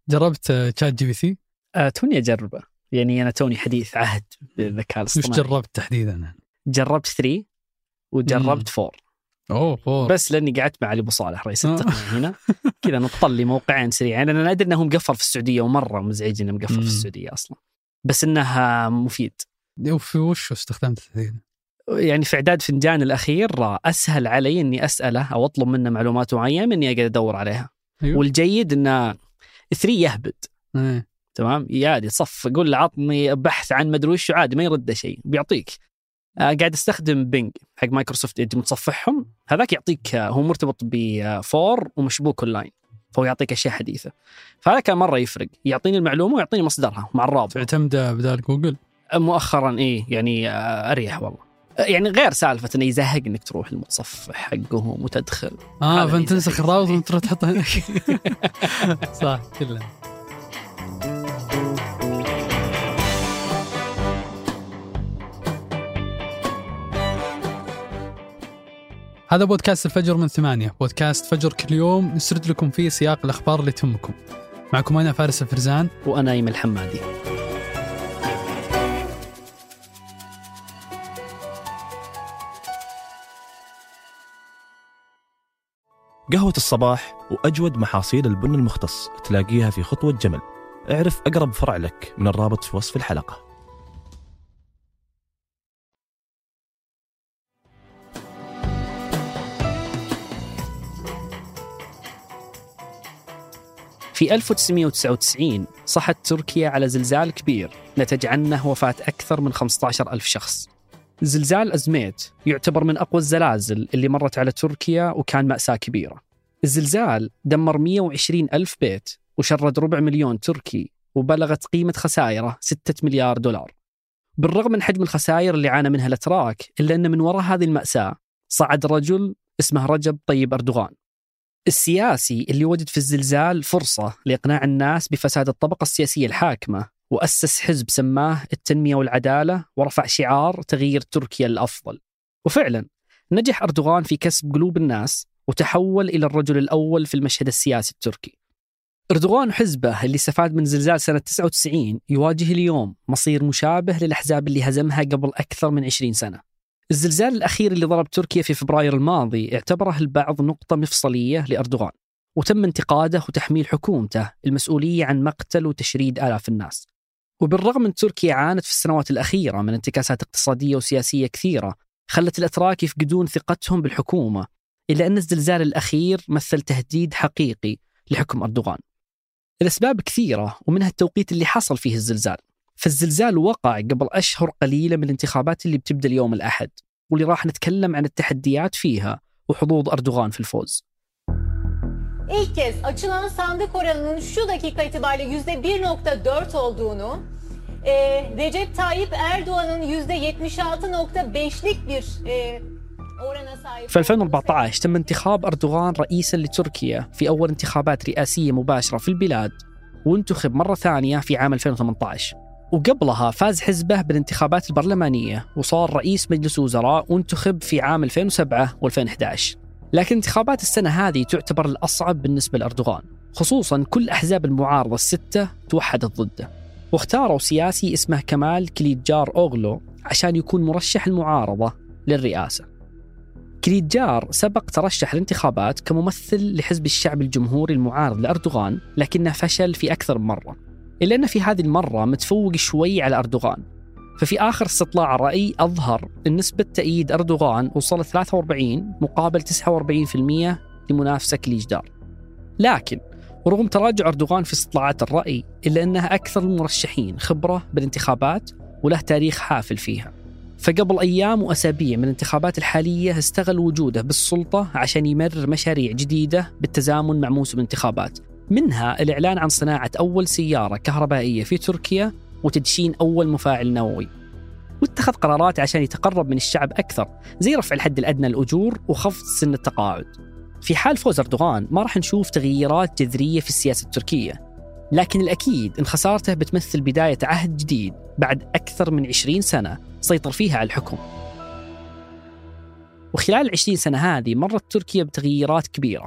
جربت شات جي بي سي؟ توني أجربه، يعني أنا توني حديث عهد بالذكاء الاصطناعي. وش جربت تحديدا؟ جربت 3 وجربت 4. أوه 4. بس لأني قعدت مع علي أبو صالح رئيس التقنية هنا كذا نطل لي موقعين سريعين. أنا أدري أنه مقفل في السعودية ومرة مزعج إنه مقفل في السعودية أصلا، بس إنها مفيد. وفي وش استخدمت تحديدا؟ يعني في إعداد فنجان الأخير أسهل علي إني أسأله أو أطلب منه معلومات معينة من إني أقعد أدور عليها. أيوه. والجيد إنه 3 يهبد. تمام، يادي صف قول له عطني بحث عن مدري وش، عادي ما يرد شيء بيعطيك. قاعد استخدم بينج حق مايكروسوفت إدج متصفحهم، هذاك يعطيك هو مرتبط ب4 ومشبوك أونلاين، فهو يعطيك أشياء حديثة. فهذا كان مرة يفرق، يعطيني المعلومة ويعطيني مصدرها مع الرابط. تعتمد بدال جوجل مؤخرا يعني أريح والله، يعني غير سالفة إنه يزهق إنك تروح المتصفح حقهم وتدخل فأنت تنسخ الرابط وتروح تحطه هناك. صح كله. هذا بودكاست الفجر من 8. بودكاست فجر كل يوم نسرد لكم فيه سياق الأخبار اللي تهمكم. معكم أنا فارس الفرزان وأنا أيمن الحمادي. قهوة الصباح وأجود محاصيل البن المختص تلاقيها في خطوة جمل. اعرف أقرب فرع لك من الرابط في وصف الحلقة. في 1999 صحت تركيا على زلزال كبير نتج عنه وفاة أكثر من 15,000 شخص. زلزال أزميت يعتبر من أقوى الزلازل اللي مرت على تركيا وكان مأساة كبيرة. الزلزال دمر 120,000 بيت وشرد 250,000 تركي، وبلغت قيمة خسائره 6 مليار دولار. بالرغم من حجم الخسائر اللي عانى منها الأتراك، إلا أن من وراء هذه المأساة صعد رجل اسمه رجب طيب أردوغان، السياسي اللي وجد في الزلزال فرصة لإقناع الناس بفساد الطبقة السياسية الحاكمة، وأسس حزب سماه التنمية والعدالة، ورفع شعار تغيير تركيا للأفضل. وفعلا نجح أردوغان في كسب قلوب الناس وتحول إلى الرجل الأول في المشهد السياسي التركي. أردوغان وحزبه اللي استفاد من زلزال سنة 99 يواجه اليوم مصير مشابه للأحزاب اللي هزمها قبل أكثر من 20 سنة. الزلزال الأخير اللي ضرب تركيا في فبراير الماضي اعتبره البعض نقطة مفصلية لأردوغان، وتم انتقاده وتحميل حكومته المسؤولية عن مقتل وتشريد آلاف الناس. وبالرغم من تركيا عانت في السنوات الأخيرة من انتكاسات اقتصادية وسياسية كثيرة خلت الأتراك يفقدون ثقتهم بالحكومة، إلا أن الزلزال الأخير مثل تهديد حقيقي لحكم أردوغان. الأسباب كثيرة ومنها التوقيت اللي حصل فيه الزلزال. فالزلزال وقع قبل أشهر قليلة من الانتخابات اللي بتبدأ اليوم الأحد، واللي راح نتكلم عن التحديات فيها وحظوظ أردوغان في الفوز. İlk kez açılan sandık oranının şu dakika itibariyle %1.4 olduğunu, Recep Tayyip Erdoğan'ın %76.5'lik bir orana sahip. في 2014 تم انتخاب أردوغان رئيسا لتركيا في أول انتخابات رئاسية مباشرة في البلاد، وانتخب مرة ثانية في عام 2018. وقبلها فاز حزبه بالانتخابات البرلمانية وصار رئيس مجلس وزراء، وانتخب في عام 2007 و2011. لكن انتخابات السنة هذه تعتبر الأصعب بالنسبة لأردوغان، خصوصا كل أحزاب المعارضة 6 توحدت ضده، واختاروا سياسي اسمه كمال كليتجار أوغلو عشان يكون مرشح المعارضة للرئاسة. كليتجار سبق ترشح الانتخابات كممثل لحزب الشعب الجمهوري المعارض لأردوغان، لكنه فشل في أكثر من مرة، إلا أنه في هذه المرة متفوق شوي على أردوغان. ففي آخر استطلاع رأي أظهر أن نسبة تأييد أردوغان وصلت 43 مقابل 49% لمنافسة كليتجار. لكن ورغم تراجع أردوغان في استطلاعات الرأي، إلا أنه أكثر المرشحين خبرة بالانتخابات وله تاريخ حافل فيها. فقبل أيام وأسابيع من الانتخابات الحالية استغل وجوده بالسلطة عشان يمرر مشاريع جديدة بالتزامن مع موسم الانتخابات، منها الإعلان عن صناعة أول سيارة كهربائية في تركيا وتدشين أول مفاعل نووي. واتخذ قرارات عشان يتقرب من الشعب أكثر، زي رفع الحد الأدنى للأجور وخفض سن التقاعد. في حال فوز أردوغان ما راح نشوف تغييرات جذرية في السياسة التركية، لكن الأكيد إن خسارته بتمثل بداية عهد جديد بعد أكثر من 20 سنة سيطر فيها على الحكم. وخلال 20 سنة هذه مرت تركيا بتغييرات كبيرة،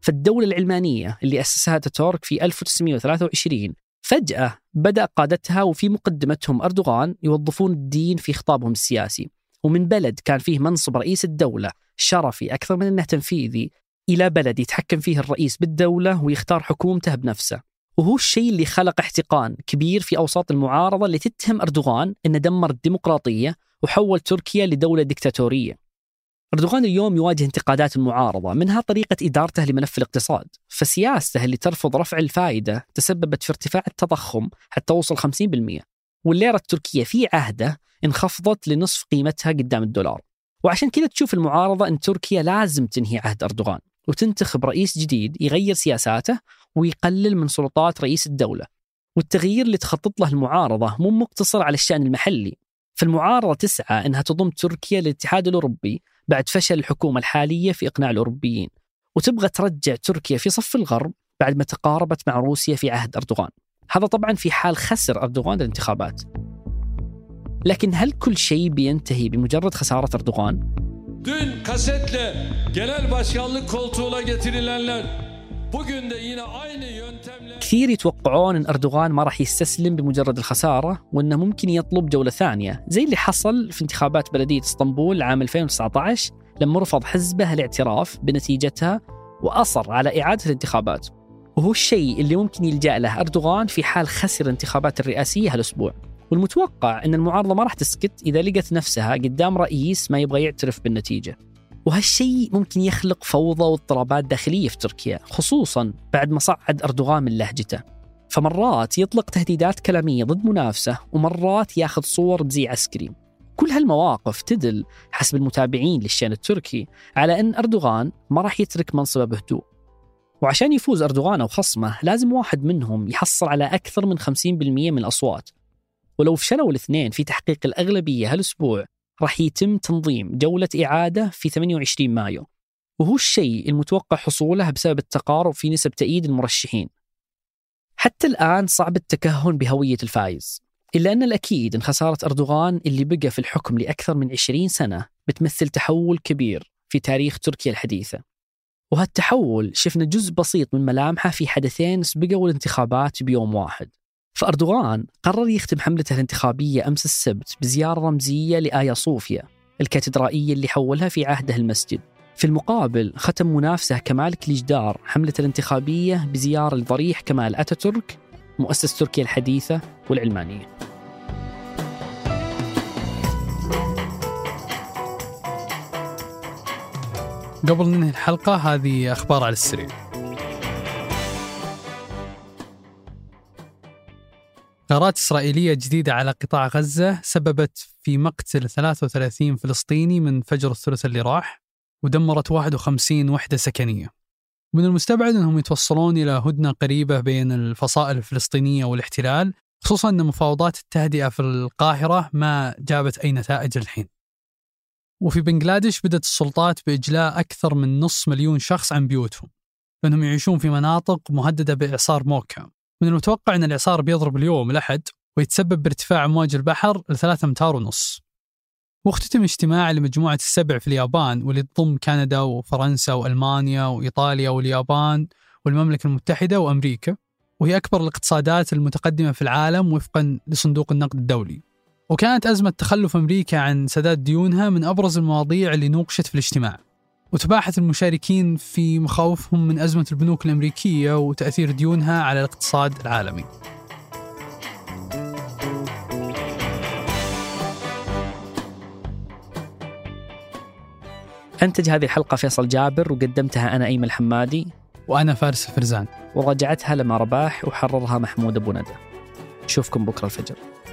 فالدولة العلمانية اللي أسسها أتاتورك في 1923 فجأة بدأ قادتها وفي مقدمتهم أردوغان يوظفون الدين في خطابهم السياسي، ومن بلد كان فيه منصب رئيس الدولة شرفي أكثر من أنه تنفيذي إلى بلد يتحكم فيه الرئيس بالدولة ويختار حكومته بنفسه. وهو الشيء اللي خلق احتقان كبير في أوساط المعارضة اللي تتهم أردوغان أنه دمر الديمقراطية وحول تركيا لدولة ديكتاتورية. أردوغان اليوم يواجه انتقادات المعارضة، منها طريقة إدارته لملف الاقتصاد، فسياسته اللي ترفض رفع الفائدة تسببت في ارتفاع التضخم حتى وصل 50%، والليرة التركية في عهده انخفضت لنصف قيمتها قدام الدولار. وعشان كذا تشوف المعارضة أن تركيا لازم تنهي عهد أردوغان وتنتخب رئيس جديد يغير سياساته ويقلل من سلطات رئيس الدولة. والتغيير اللي تخطط له المعارضة مو مقتصر على الشأن المحلي، فالمعارضة تسعى أنها تضم تركيا للاتحاد الأوروبي بعد فشل الحكومة الحالية في إقناع الأوروبيين، وتبغى ترجع تركيا في صف الغرب بعد ما تقاربت مع روسيا في عهد أردوغان. هذا طبعا في حال خسر أردوغان الانتخابات. لكن هل كل شيء بينتهي بمجرد خسارة أردوغان؟ Dün kasetle genel başkanlık koltuğuna getirilenler bugün de yine aynı yöntemle. كثير يتوقعون أن أردوغان ما راح يستسلم بمجرد الخسارة، وأنه ممكن يطلب جولة ثانية زي اللي حصل في انتخابات بلدية اسطنبول عام 2019 لما رفض حزبه الاعتراف بنتيجتها وأصر على إعادة الانتخابات. وهو الشيء اللي ممكن يلجأ له أردوغان في حال خسر الانتخابات الرئاسية هالأسبوع. والمتوقع أن المعارضة ما راح تسكت إذا لقت نفسها قدام رئيس ما يبغى يعترف بالنتيجة، وهالشيء ممكن يخلق فوضى واضطرابات داخلية في تركيا، خصوصاً بعد ما صعد أردوغان من لهجته. فمرات يطلق تهديدات كلامية ضد منافسه، ومرات ياخذ صور بزي عسكري. كل هالمواقف تدل حسب المتابعين للشأن التركي على أن أردوغان ما راح يترك منصبه بهدوء. وعشان يفوز أردوغان أو خصمه لازم واحد منهم يحصل على أكثر من 50% من الأصوات، ولو فشلوا الاثنين في تحقيق الأغلبية هالأسبوع راح يتم تنظيم جولة إعادة في 28 مايو، وهو الشيء المتوقع حصوله بسبب التقارب في نسب تأييد المرشحين. حتى الآن صعب التكهن بهوية الفائز، إلا أن الأكيد أن خسارة أردوغان اللي بقى في الحكم لأكثر من 20 سنة بتمثل تحول كبير في تاريخ تركيا الحديثة. وهالتحول شفنا جزء بسيط من ملامحه في حدثين سبقوا الانتخابات بيوم واحد. فأردوغان قرر يختم حملته الانتخابية أمس السبت بزيارة رمزية لآيا صوفيا الكاتدرائية اللي حولها في عهده المسجد. في المقابل ختم منافسه كمال كليجدار حملته الانتخابية بزيارة لضريح كمال أتاتورك مؤسس تركيا الحديثة والعلمانية. قبل ننهي الحلقة هذه أخبار على السريع. غارات إسرائيلية جديدة على قطاع غزة سببت في مقتل 33 فلسطيني من فجر الثلاثاء اللي راح، ودمرت 51 وحدة سكنية. من المستبعد أنهم يتوصلون إلى هدنة قريبة بين الفصائل الفلسطينية والاحتلال، خصوصاً أن مفاوضات التهدئة في القاهرة ما جابت أي نتائج الحين. وفي بنغلاديش بدأت السلطات بإجلاء أكثر من 500,000 شخص عن بيوتهم، لأنهم يعيشون في مناطق مهددة بإعصار موكا. من المتوقع أن الإعصار بيضرب اليوم الأحد ويتسبب بارتفاع أمواج البحر ل3.5 أمتار. واختتم اجتماع لمجموعة ال7 في اليابان، واللي تضم كندا وفرنسا وألمانيا وإيطاليا واليابان والمملكة المتحدة وأمريكا، وهي أكبر الاقتصادات المتقدمة في العالم وفقا لصندوق النقد الدولي. وكانت أزمة تخلف أمريكا عن سداد ديونها من أبرز المواضيع اللي نوقشت في الاجتماع. وتباحث المشاركين في مخاوفهم من أزمة البنوك الأمريكية وتأثير ديونها على الاقتصاد العالمي. أنتج هذه الحلقة فيصل جابر، وقدمتها أنا أيمن الحمادي، وأنا فارس الفرزان، وراجعتها لما رباح، وحررها محمود أبو ندى. نشوفكم بكرة الفجر.